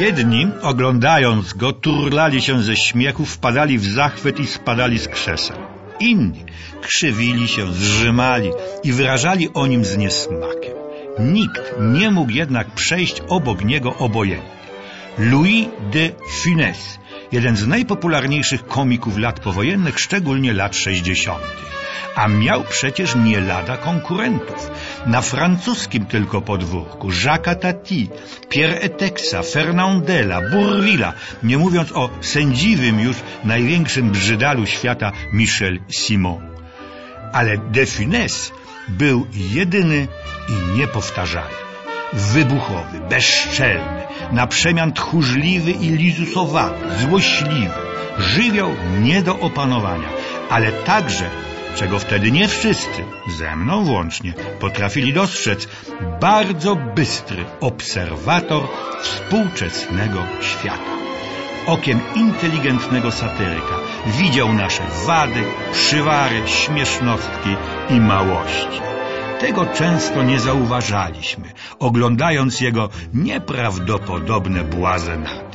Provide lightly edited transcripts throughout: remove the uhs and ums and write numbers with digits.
Jedni, oglądając go, turlali się ze śmiechu, wpadali w zachwyt i spadali z krzeseł. Inni krzywili się, zżymali i wyrażali o nim z niesmakiem. Nikt nie mógł jednak przejść obok niego obojętnie. Louis de Funès, jeden z najpopularniejszych komików lat powojennych, szczególnie lat 60., a miał przecież nie lada konkurentów. Na francuskim tylko podwórku Jacques'a Tati, Pierre Etexa, Fernandela, Bourvilla, nie mówiąc o sędziwym już największym brzydalu świata Michel Simon. Ale de Funès był jedyny i niepowtarzalny. Wybuchowy, bezczelny, na przemian tchórzliwy i lizusowaty, złośliwy, żywioł nie do opanowania, ale także, czego wtedy nie wszyscy, ze mną włącznie, potrafili dostrzec, bardzo bystry obserwator współczesnego świata. Okiem inteligentnego satyryka widział nasze wady, przywary, śmiesznostki i małości. Tego często nie zauważaliśmy, oglądając jego nieprawdopodobne błazenady.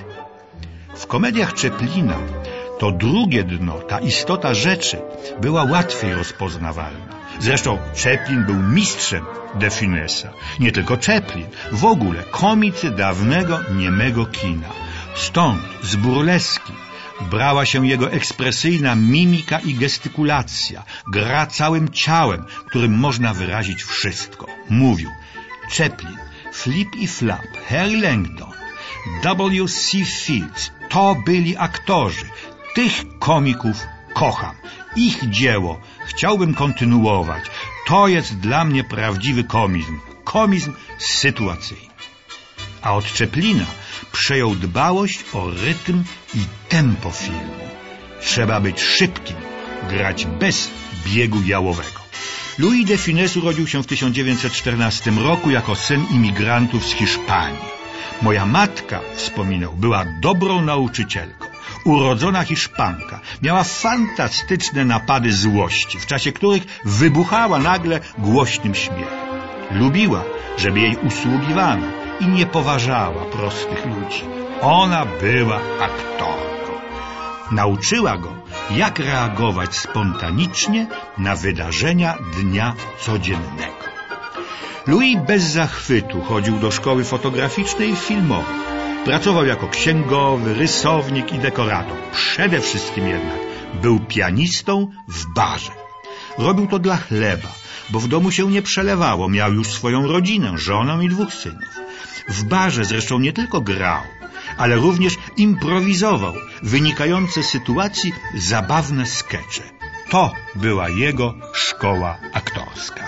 W komediach Chaplina to drugie dno, ta istota rzeczy, była łatwiej rozpoznawalna. Zresztą Chaplin był mistrzem de Funèsa. Nie tylko Chaplin, w ogóle komicy dawnego niemego kina. Stąd z burleski brała się jego ekspresyjna mimika i gestykulacja, gra całym ciałem, którym można wyrazić wszystko. Mówił Chaplin, Flip i Flap, Harry Langdon, W.C. Fields, to byli aktorzy. Tych komików kocham. Ich dzieło chciałbym kontynuować. To jest dla mnie prawdziwy komizm. Komizm sytuacyjny. A od Chaplina przejął dbałość o rytm i tempo filmu. Trzeba być szybkim, grać bez biegu jałowego. Louis de Funès urodził się w 1914 roku jako syn imigrantów z Hiszpanii. Moja matka, wspominał, była dobrą nauczycielką. Urodzona Hiszpanka, miała fantastyczne napady złości, w czasie których wybuchała nagle głośnym śmiechem. Lubiła, żeby jej usługiwano i nie poważała prostych ludzi. Ona była aktorką. Nauczyła go, jak reagować spontanicznie na wydarzenia dnia codziennego. Louis bez zachwytu chodził do szkoły fotograficznej i filmowej. Pracował jako księgowy, rysownik i dekorator. Przede wszystkim jednak był pianistą w barze. Robił to dla chleba, bo w domu się nie przelewało. Miał już swoją rodzinę, żonę i 2 synów. W barze zresztą nie tylko grał, ale również improwizował wynikające z sytuacji zabawne skecze. To była jego szkoła aktorska.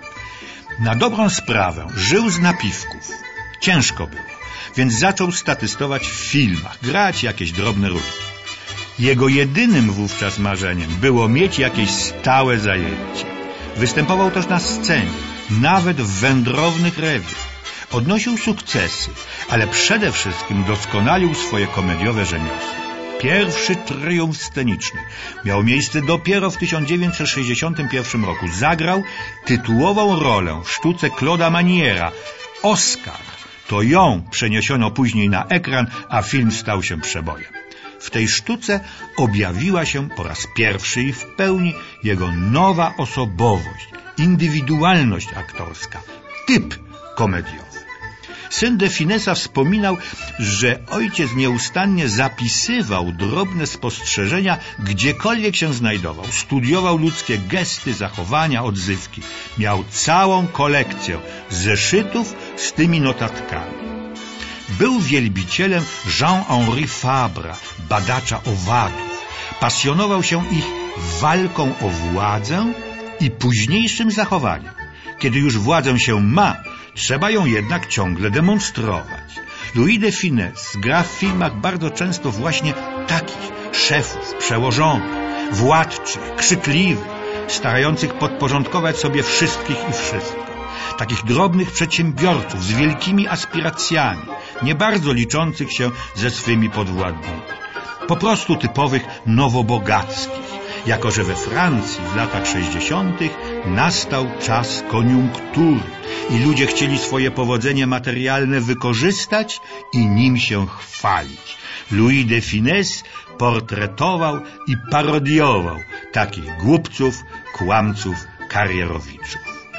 Na dobrą sprawę żył z napiwków. Ciężko było, więc zaczął statystować w filmach, grać jakieś drobne rólki. Jego jedynym wówczas marzeniem było mieć jakieś stałe zajęcie. Występował też na scenie, nawet w wędrownych rewiach. Odnosił sukcesy, ale przede wszystkim doskonalił swoje komediowe rzemiosło. Pierwszy triumf sceniczny miał miejsce dopiero w 1961 roku. Zagrał tytułową rolę w sztuce Claude'a Maniera Oskar. To ją przeniesiono później na ekran, a film stał się przebojem. W tej sztuce objawiła się po raz pierwszy i w pełni jego nowa osobowość, indywidualność aktorska, typ komediowy. Syn de Funèsa wspominał, że ojciec nieustannie zapisywał drobne spostrzeżenia, gdziekolwiek się znajdował. Studiował ludzkie gesty, zachowania, odzywki. Miał całą kolekcję zeszytów z tymi notatkami. Był wielbicielem Jean-Henri Fabra, badacza owadów. Pasjonował się ich walką o władzę i późniejszym zachowaniem. Kiedy już władzę się ma, trzeba ją jednak ciągle demonstrować. Louis de Funès gra w filmach bardzo często właśnie takich szefów, przełożonych, władczych, krzykliwych, starających podporządkować sobie wszystkich i wszystko. Takich drobnych przedsiębiorców z wielkimi aspiracjami, nie bardzo liczących się ze swymi podwładnymi. Po prostu typowych nowobogackich, jako że we Francji w latach 60. nastał czas koniunktury i ludzie chcieli swoje powodzenie materialne wykorzystać i nim się chwalić. Louis de Funès portretował i parodiował takich głupców, kłamców, karierowiczów.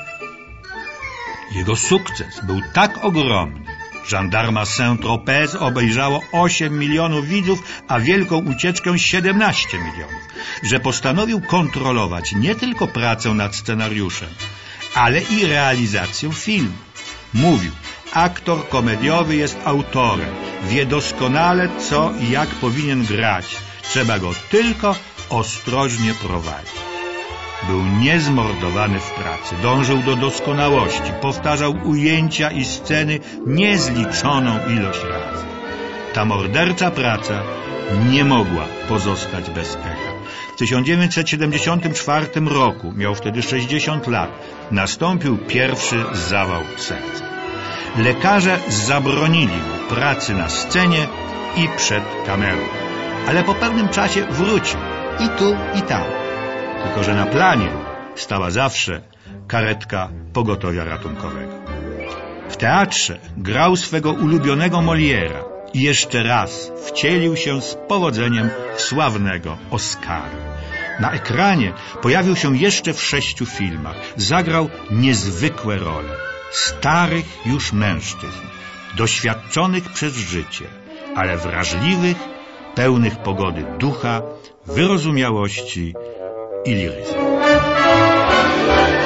Jego sukces był tak ogromny, Żandarma Saint-Tropez obejrzało 8 milionów widzów, a Wielką Ucieczkę 17 milionów, że postanowił kontrolować nie tylko pracę nad scenariuszem, ale i realizację filmu. Mówił: aktor komediowy jest autorem, wie doskonale, co i jak powinien grać, trzeba go tylko ostrożnie prowadzić. Był niezmordowany w pracy, dążył do doskonałości, powtarzał ujęcia i sceny niezliczoną ilość razy. Ta mordercza praca nie mogła pozostać bez echa. W 1974 roku, miał wtedy 60 lat, nastąpił pierwszy zawał serca. Lekarze zabronili mu pracy na scenie i przed kamerą, ale po pewnym czasie wrócił i tu, i tam. Tylko że na planie stała zawsze karetka pogotowia ratunkowego. W teatrze grał swego ulubionego Moliera i jeszcze raz wcielił się z powodzeniem w sławnego Oscara. Na ekranie pojawił się jeszcze w 6 filmach. Zagrał niezwykłe role starych już mężczyzn, doświadczonych przez życie, ale wrażliwych, pełnych pogody ducha, wyrozumiałości i liryzmu.